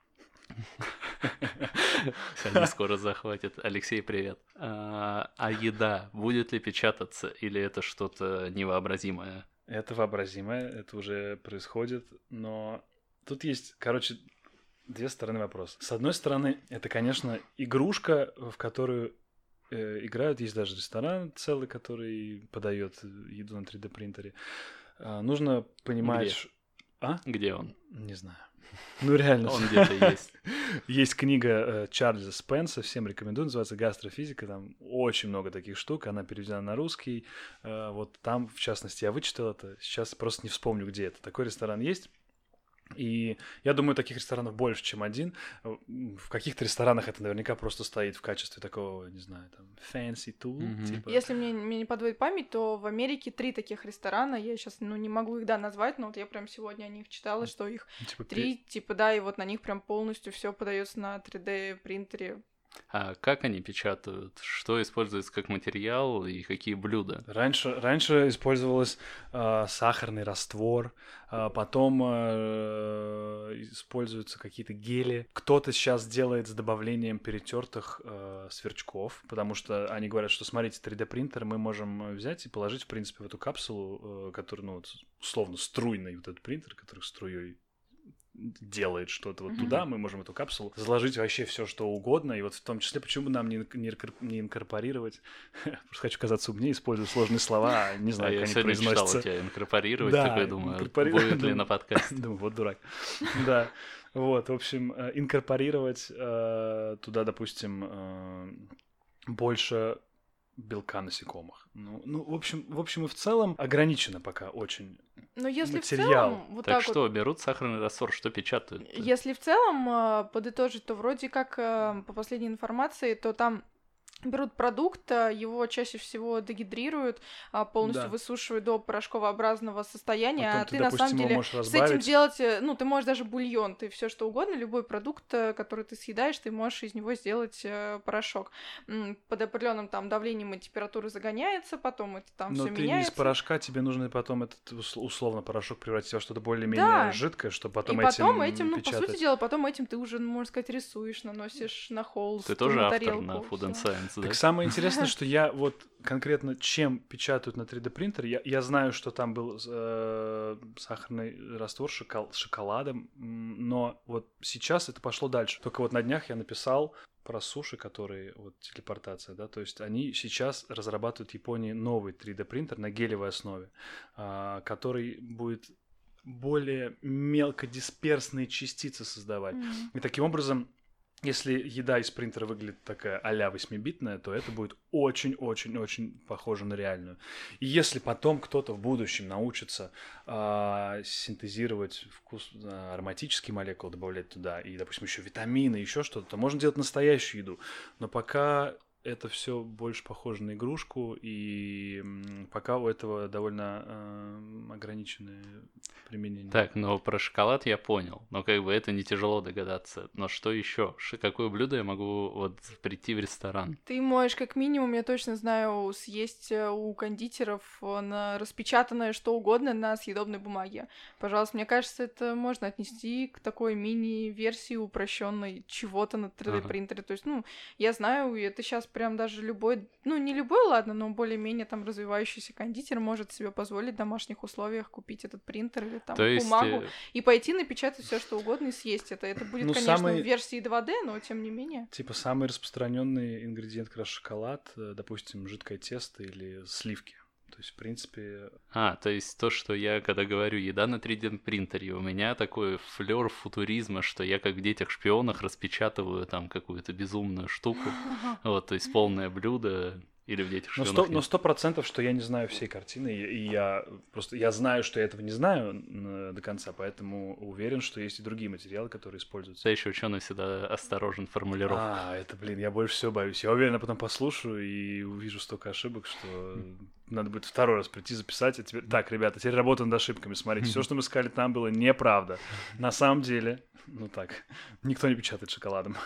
[SPEAKER 1] Они скоро захватят. Алексей, привет. А, а еда будет ли печататься, или это что-то невообразимое?
[SPEAKER 2] Это вообразимое, это уже происходит, но тут есть, короче, две стороны вопроса. С одной стороны, это, конечно, игрушка, в которую э, играют. Есть даже ресторан целый, который подает еду на три дэ принтере. А, нужно понимать...
[SPEAKER 1] Где?
[SPEAKER 2] Ш... А?
[SPEAKER 1] Где он?
[SPEAKER 2] Не знаю. Ну, реально.
[SPEAKER 1] Он где-то есть.
[SPEAKER 2] Есть книга э, Чарльза Спенса, всем рекомендую, называется «Гастрофизика». Там очень много таких штук, она переведена на русский. Э, вот там, в частности, я вычитал это. Сейчас просто не вспомню, где это. Такой ресторан есть. И я думаю, таких ресторанов больше, чем один. В каких-то ресторанах это наверняка просто стоит в качестве такого, не знаю, там, fancy tool. Mm-hmm. Типа...
[SPEAKER 3] Если мне, мне не подводит память, то в Америке три таких ресторана. Я сейчас, ну, не могу их, да, назвать, но вот я прям сегодня о них читала, что их типа, три, при... типа, да, и вот на них прям полностью все подается на три дэ принтере.
[SPEAKER 1] А как они печатают? Что используется как материал и какие блюда?
[SPEAKER 2] Раньше, раньше использовался э, сахарный раствор, э, потом э, используются какие-то гели. Кто-то сейчас делает с добавлением перетертых э, сверчков, потому что они говорят, что смотрите, три дэ принтер мы можем взять и положить, в принципе, в эту капсулу, э, которая, ну, вот, условно, струйный вот этот принтер, который струей делает что-то вот mm-hmm. туда, мы можем эту капсулу заложить вообще все что угодно, и вот в том числе, почему бы нам не, не, не инкорпорировать, просто хочу казаться умнее, использую сложные слова, не знаю,
[SPEAKER 1] а
[SPEAKER 2] как
[SPEAKER 1] они
[SPEAKER 2] произносятся.
[SPEAKER 1] Я сегодня читал тебя инкорпорировать,
[SPEAKER 2] да,
[SPEAKER 1] такой думаю,
[SPEAKER 2] инкорпорировать,
[SPEAKER 1] будет ли на подкасте.
[SPEAKER 2] Думаю, вот дурак. Да, вот, в общем, инкорпорировать туда, допустим, больше белка насекомых. Ну, ну, в общем, в общем и в целом ограничено пока очень.
[SPEAKER 3] Но если
[SPEAKER 2] материал.
[SPEAKER 3] В целом, вот
[SPEAKER 1] так
[SPEAKER 3] так
[SPEAKER 1] что,
[SPEAKER 3] вот,
[SPEAKER 1] берут сахарный раствор, что печатают?
[SPEAKER 3] Если в целом э, подытожить, то вроде как э, по последней информации, то там берут продукт, его чаще всего дегидрируют, полностью да. высушивают до порошковообразного состояния,
[SPEAKER 2] потом
[SPEAKER 3] а ты,
[SPEAKER 2] ты
[SPEAKER 3] на
[SPEAKER 2] допустим,
[SPEAKER 3] самом деле с этим делать, ну, ты можешь даже бульон, ты все что угодно, любой продукт, который ты съедаешь, ты можешь из него сделать порошок. Под определенным там давлением и температурой загоняется, потом это там все меняется.
[SPEAKER 2] Но ты из порошка, тебе нужно потом этот условно порошок превратить во что-то более-менее да. жидкое, чтобы потом
[SPEAKER 3] и потом
[SPEAKER 2] этим,
[SPEAKER 3] этим ну,
[SPEAKER 2] печатать.
[SPEAKER 3] по сути дела, потом этим ты уже, можно сказать, рисуешь, наносишь на холст,
[SPEAKER 1] ты тоже
[SPEAKER 3] на
[SPEAKER 1] автор
[SPEAKER 3] тарелку,
[SPEAKER 1] на Food and Science.
[SPEAKER 2] Так
[SPEAKER 1] да?
[SPEAKER 2] самое интересное, что я вот конкретно чем печатают на три дэ принтере, я, я знаю, что там был э, сахарный раствор шокол, с шоколадом, но вот сейчас это пошло дальше. Только вот на днях я написал про суши, которые, вот телепортация, да, то есть они сейчас разрабатывают в Японии новый три дэ принтер на гелевой основе, э, который будет более мелкодисперсные частицы создавать. Mm-hmm. И таким образом, если еда из принтера выглядит такая а-ля восьмибитная, то это будет очень-очень-очень похоже на реальную. И если потом кто-то в будущем научится э, синтезировать вкус, э, ароматические молекулы, добавлять туда, и, допустим, еще витамины, еще что-то, то можно делать настоящую еду. Но пока это все больше похоже на игрушку, и пока у этого довольно э, ограниченное применение.
[SPEAKER 1] Так, но про шоколад я понял, но как бы это не тяжело догадаться. Но что еще? Какое блюдо я могу вот прийти в ресторан?
[SPEAKER 3] Ты можешь как минимум, я точно знаю, съесть у кондитеров на распечатанное что угодно на съедобной бумаге. Пожалуйста, мне кажется, это можно отнести к такой мини-версии упрощенной чего-то на три дэ принтере. Ага. То есть, ну, я знаю, и это сейчас прям даже любой, ну, не любой, ладно, но более-менее там развивающийся кондитер может себе позволить в домашних условиях купить этот принтер или там
[SPEAKER 1] То
[SPEAKER 3] бумагу
[SPEAKER 1] есть...
[SPEAKER 3] и пойти напечатать все что угодно и съесть это. Это будет,
[SPEAKER 2] ну,
[SPEAKER 3] конечно,
[SPEAKER 2] самый...
[SPEAKER 3] в версии два дэ, но тем не менее.
[SPEAKER 2] Типа самый распространенный ингредиент как раз шоколад, допустим, жидкое тесто или сливки. То есть, в принципе...
[SPEAKER 1] А, то есть то, что я, когда говорю еда на три дэ принтере, у меня такой флёр футуризма, что я как в «Детях-шпионах» распечатываю там какую-то безумную штуку. Вот, то есть полное блюдо. Или в «Детях
[SPEAKER 2] Но
[SPEAKER 1] шпионов»
[SPEAKER 2] сто,
[SPEAKER 1] нет?
[SPEAKER 2] но сто процентов, что я не знаю всей картины, и, и я просто я знаю, что я этого не знаю э, до конца, поэтому уверен, что есть и другие материалы, которые используются.
[SPEAKER 1] Настоящий ученый всегда осторожен в формулировках.
[SPEAKER 2] А, это, блин, я больше всего боюсь. Я уверен, я потом послушаю и увижу столько ошибок, что надо будет второй раз прийти записать. А теперь... Так, ребята, теперь работаем над ошибками. Смотрите, все, что мы сказали там, было неправда. На самом деле, ну так, никто не печатает шоколадом.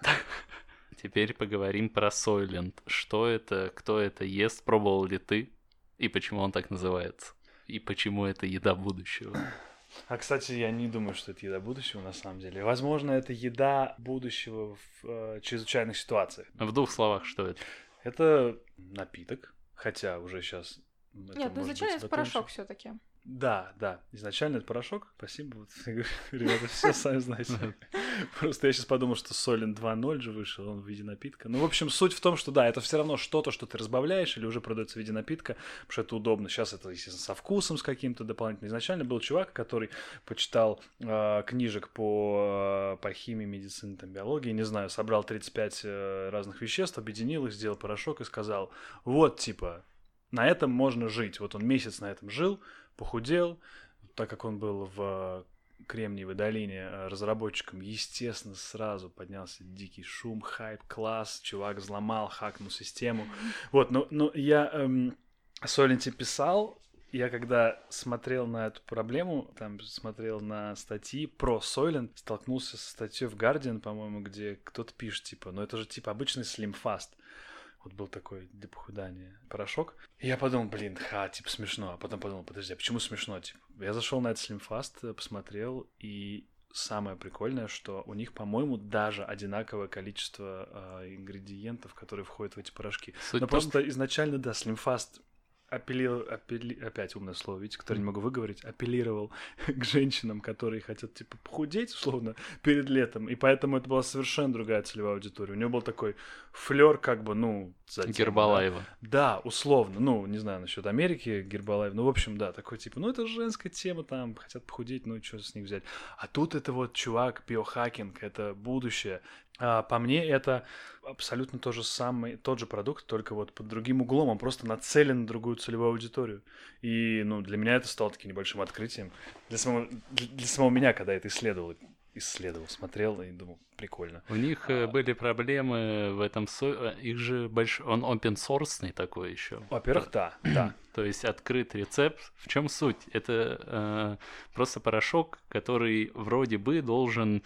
[SPEAKER 1] Теперь поговорим про Soylent. Что это, кто это ест, пробовал ли ты, и почему он так называется? И почему это еда будущего?
[SPEAKER 2] А, кстати, я не думаю, что это еда будущего на самом деле. Возможно, это еда будущего в э, чрезвычайных ситуациях.
[SPEAKER 1] В двух словах, что это?
[SPEAKER 2] Это напиток, хотя уже сейчас...
[SPEAKER 3] Нет, ну изначально это порошок все-таки.
[SPEAKER 2] Да, да, изначально это порошок. Спасибо, вот, ребята, все сами знаете. Просто я сейчас подумал, что Soylent два ноль же вышел, он в виде напитка. Ну, в общем, суть в том, что да, это все равно что-то, что ты разбавляешь или уже продается в виде напитка, потому что это удобно. Сейчас это, естественно, со вкусом, с каким-то дополнительным. Изначально был чувак, который почитал э, книжек по, э, по химии, медицине, там, биологии, не знаю, собрал тридцать пять э, разных веществ, объединил их, сделал порошок и сказал, вот, типа, на этом можно жить. Вот он месяц на этом жил, похудел, так как он был в Кремниевой долине разработчиком, естественно, сразу поднялся дикий шум, хайп, класс, чувак взломал, хакнул систему. Вот, но, но я эм, о Soylent писал, я когда смотрел на эту проблему, там смотрел на статьи про Soylent, столкнулся со статьей в Guardian, по-моему, где кто-то пишет, типа, ну это же типа обычный Slim Fast. Вот был такой для похудания порошок. И я подумал, блин, ха, типа смешно. А потом подумал, подожди, а почему смешно? Типа, я зашел на этот Slim Fast, посмотрел, и самое прикольное, что у них, по-моему, даже одинаковое количество э, ингредиентов, которые входят в эти порошки.
[SPEAKER 1] Суть
[SPEAKER 2] Но
[SPEAKER 1] том...
[SPEAKER 2] просто изначально, да, Slim Fast апеллировал, апелли... опять умное слово, видите, которое не могу выговорить, апеллировал к женщинам, которые хотят, типа, похудеть, условно, перед летом, и поэтому это была совершенно другая целевая аудитория. У него был такой флёр, как бы, ну, затем,
[SPEAKER 1] Гербалаева.
[SPEAKER 2] Да? Да, условно, ну, не знаю насчет Америки, Гербалаева, ну, в общем, да, такой, типа, ну, это женская тема, там, хотят похудеть, ну, что с них взять. А тут это вот, чувак, биохакинг, это будущее. А по мне, это абсолютно то же самое, тот же продукт, только вот под другим углом, он просто нацелен на другую целевую аудиторию. И, ну, для меня это стало таким небольшим открытием. Для самого, для, для самого меня, когда это исследовал, исследовал, смотрел и думал, прикольно.
[SPEAKER 1] У них а... были проблемы в этом, со... их же большой, он open-source такой еще.
[SPEAKER 2] Во-первых, да, да.
[SPEAKER 1] То есть открытый рецепт. В чем суть? Это э, просто порошок, который вроде бы должен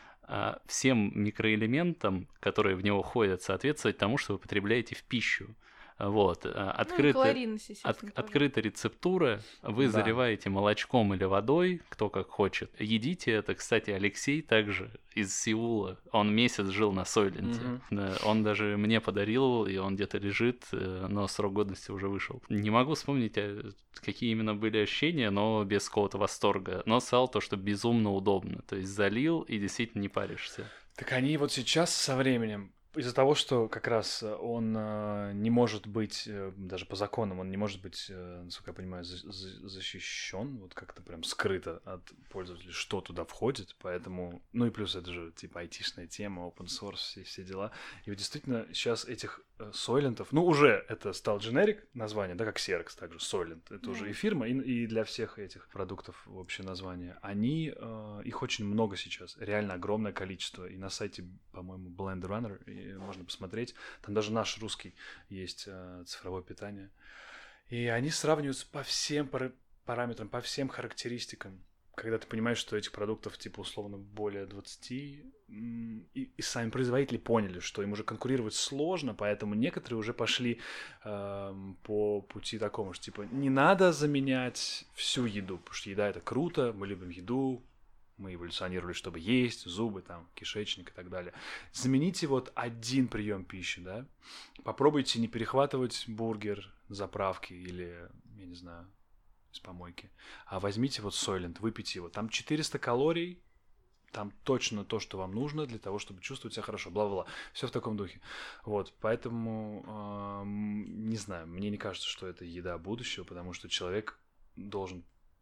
[SPEAKER 1] всем микроэлементам, которые в него входят, соответствовать тому, что вы потребляете в пищу. Вот. Открыта,
[SPEAKER 3] ну,
[SPEAKER 1] от, открыта рецептура, вы да. заливаете молочком или водой, кто как хочет. Едите это, кстати, Алексей также из Сеула, он месяц жил на Сойленте. Mm-hmm. Да, он даже мне подарил, и он где-то лежит, но срок годности уже вышел. Не могу вспомнить, какие именно были ощущения, но без какого-то восторга. Но сказал то, что безумно удобно. То есть залил и действительно не паришься.
[SPEAKER 2] Так они вот сейчас со временем, из-за того, что как раз он э, не может быть, э, даже по законам, он не может быть, э, насколько я понимаю, за- за- защищен, вот как-то прям скрыто от пользователей, что туда входит, поэтому, ну и плюс это же типа айтишная тема, open source, все, все дела. И вот действительно сейчас этих э, Soylent'ов, ну уже это стал generic название, да, как Xerox также, Soylent, это mm-hmm. уже и фирма, и, и для всех этих продуктов общее название. Они, э, их очень много сейчас, реально огромное количество, и на сайте, по-моему, Blend Runner, можно посмотреть. Там даже наш русский есть э, цифровое питание. И они сравниваются по всем пара- параметрам, по всем характеристикам. Когда ты понимаешь, что этих продуктов, типа, условно, более двадцати, и, и сами производители поняли, что им уже конкурировать сложно, поэтому некоторые уже пошли э, по пути такому, что, типа, не надо заменять всю еду, потому что еда — это круто, мы любим еду, мы эволюционировали, чтобы есть, зубы, там, кишечник и так далее. Замените вот один прием пищи, да. Попробуйте не перехватывать бургер, заправки или, я не знаю, из помойки. А возьмите вот Soylent, выпейте его. Там четыреста калорий, там точно то, что вам нужно для того, чтобы чувствовать себя хорошо. Бла-бла-бла. Все в таком духе. Вот, поэтому, э, не знаю, мне не кажется, что это еда будущего, потому что человек должен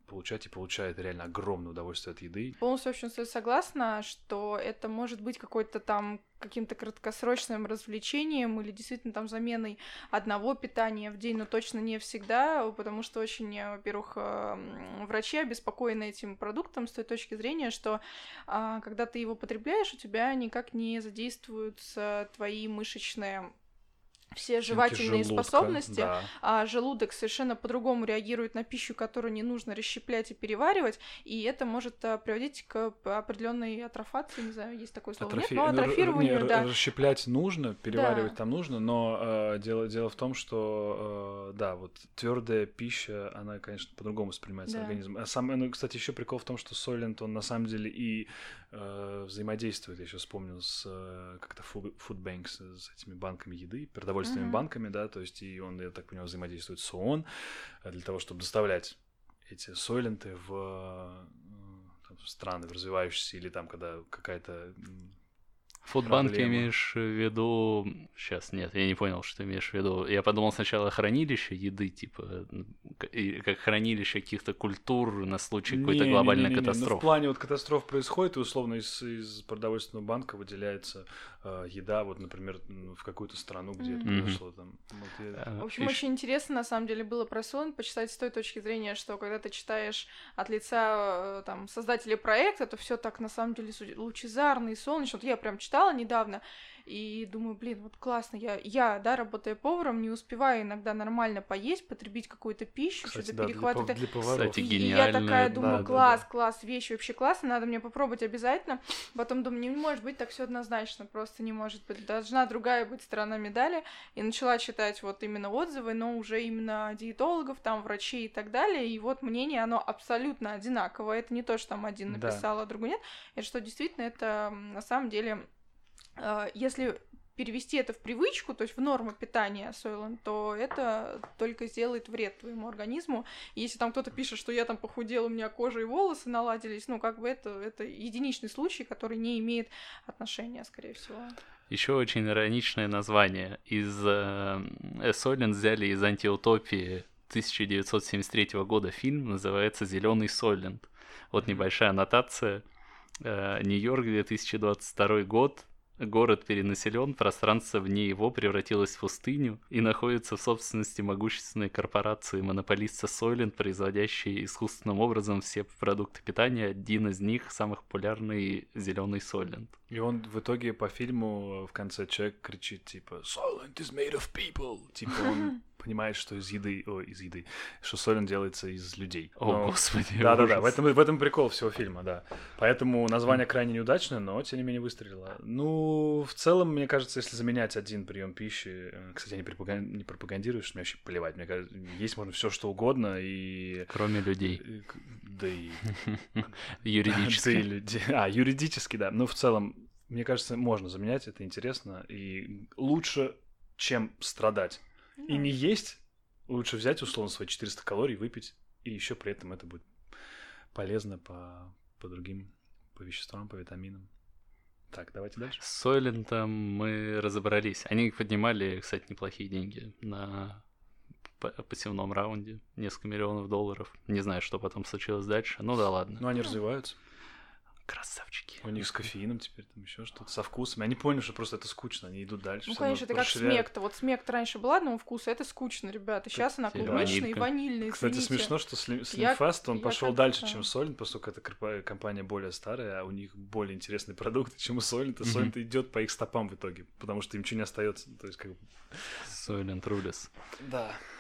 [SPEAKER 2] получать и получает реально огромное удовольствие от еды.
[SPEAKER 3] Полностью, в общем, согласна, что это может быть какой-то там каким-то краткосрочным развлечением или действительно там заменой одного питания в день, но точно не всегда, потому что очень, во-первых, врачи обеспокоены этим продуктом с той точки зрения, что когда ты его потребляешь, у тебя никак не задействуются твои мышечные все жевательные желудка, способности,
[SPEAKER 2] да.
[SPEAKER 3] а желудок совершенно по-другому реагирует на пищу, которую не нужно расщеплять и переваривать, и это может а, приводить к определенной атрофации, не знаю, есть такое слово, Атрофи... нет, но атрофированию,
[SPEAKER 2] не,
[SPEAKER 3] да.
[SPEAKER 2] Расщеплять нужно, переваривать
[SPEAKER 3] да.
[SPEAKER 2] там нужно, но э, дело, дело в том, что, э, да, вот твердая пища, она, конечно, по-другому воспринимается
[SPEAKER 3] да.
[SPEAKER 2] организмом. А сам, ну, кстати, еще прикол в том, что Soylent, он на самом деле и э, взаимодействует, я еще вспомнил, с э, как-то food, food banks, с этими банками еды, продовольственными mm-hmm. банками, да, то есть и он, я так понимаю, взаимодействует с ООН для того, чтобы доставлять эти сойленты в, там, в страны, в развивающиеся, или там, когда какая-то
[SPEAKER 1] Фудбанки имеешь в виду... Сейчас, нет, я не понял, что ты имеешь в виду. Я подумал сначала хранилище еды, типа, как хранилище каких-то культур на случай какой-то не, глобальной
[SPEAKER 2] не, не, не,
[SPEAKER 1] катастрофы.
[SPEAKER 2] Ну, в плане вот катастроф происходит, и условно из, из продовольственного банка выделяется э, еда, вот, например, в какую-то страну, где mm-hmm. это произошло. Там. Вот я...
[SPEAKER 3] В общем, Ищ... очень интересно, на самом деле, было про сон почитать с той точки зрения, что когда ты читаешь от лица там, создателей проекта, то все так, на самом деле, лучезарно и солнечно. Вот я прям читала недавно, и думаю, блин, вот классно, я, я, да, работая поваром, не успеваю иногда нормально поесть, потребить какую-то пищу,
[SPEAKER 2] Кстати,
[SPEAKER 3] что-то
[SPEAKER 2] да,
[SPEAKER 3] перехватывать.
[SPEAKER 2] Для, для поваров.
[SPEAKER 1] Кстати,
[SPEAKER 3] и,
[SPEAKER 1] гениально.
[SPEAKER 3] и я такая думаю,
[SPEAKER 2] да,
[SPEAKER 3] класс,
[SPEAKER 2] да, да.
[SPEAKER 3] класс, вещь вообще классно, надо мне попробовать обязательно. Потом думаю, не может быть так все однозначно, просто не может быть. Должна другая быть сторона медали. И начала читать вот именно отзывы, но уже именно диетологов, там, врачей и так далее. И вот мнение, оно абсолютно одинаковое. Это не то, что там один написал, да. а другой нет. Это что действительно это на самом деле... Если перевести это в привычку, то есть в норму питания Soylent, то это только сделает вред твоему организму. И если там кто-то пишет, что я там похудел, у меня кожа и волосы наладились, ну, как бы это, это единичный случай, который не имеет отношения, скорее всего.
[SPEAKER 1] Еще очень ироничное название. Из э, Soylent взяли из антиутопии тысяча девятьсот семьдесят третьего года фильм, называется «Зеленый Soylent». Вот небольшая аннотация. Э, Нью-Йорк, две тысячи двадцать второй год. Город перенаселен, пространство вне его превратилось в пустыню и находится в собственности могущественной корпорации монополиста Soylent, производящей искусственным образом все продукты питания. Один из них самый популярный зеленый Soylent.
[SPEAKER 2] И он в итоге по фильму в конце человек кричит типа Soylent is made of people. Типа он понимает, что из еды, о, из еды, что Soylent делается из людей.
[SPEAKER 1] О, но... господи,
[SPEAKER 2] да-да-да, в этом, в этом прикол всего фильма, да. Поэтому название крайне неудачное, но тем не менее выстрелило. Ну, в целом, мне кажется, если заменять один прием пищи, кстати, я не, пропаган... не пропагандирую, что мне вообще плевать, мне кажется, есть можно все что угодно и...
[SPEAKER 1] Кроме людей.
[SPEAKER 2] Да и...
[SPEAKER 1] Юридически.
[SPEAKER 2] Да и людей. А, юридически, да. Ну, в целом, мне кажется, можно заменять, это интересно, и лучше, чем страдать. Mm. И не есть, лучше взять, условно, свои четыреста калорий, выпить, и еще при этом это будет полезно по, по другим, по веществам, по витаминам. Так, давайте дальше.
[SPEAKER 1] С Soylent мы разобрались. Они поднимали, кстати, неплохие деньги на пассивном раунде. Несколько миллионов долларов. Не знаю, что потом случилось дальше. Ну да ладно.
[SPEAKER 2] Ну они развиваются.
[SPEAKER 1] Красавчики.
[SPEAKER 2] У них с кофеином теперь там еще что-то, со вкусом. Они поняли, что просто это скучно, они идут дальше.
[SPEAKER 3] Ну, конечно, это как смек-то. Вот смек раньше был одного вкуса, это скучно, ребята. Сейчас она клубничная и ванильная.
[SPEAKER 2] Кстати, смешно, что Slim, Slim Fast, он пошел дальше, чем Soylent, поскольку эта компания более старая, а у них более интересные продукты, чем у Soylent. И Soylent идет по их стопам в итоге, потому что им ничего не остается. То есть как бы...
[SPEAKER 1] Soylent рулес.
[SPEAKER 2] Да.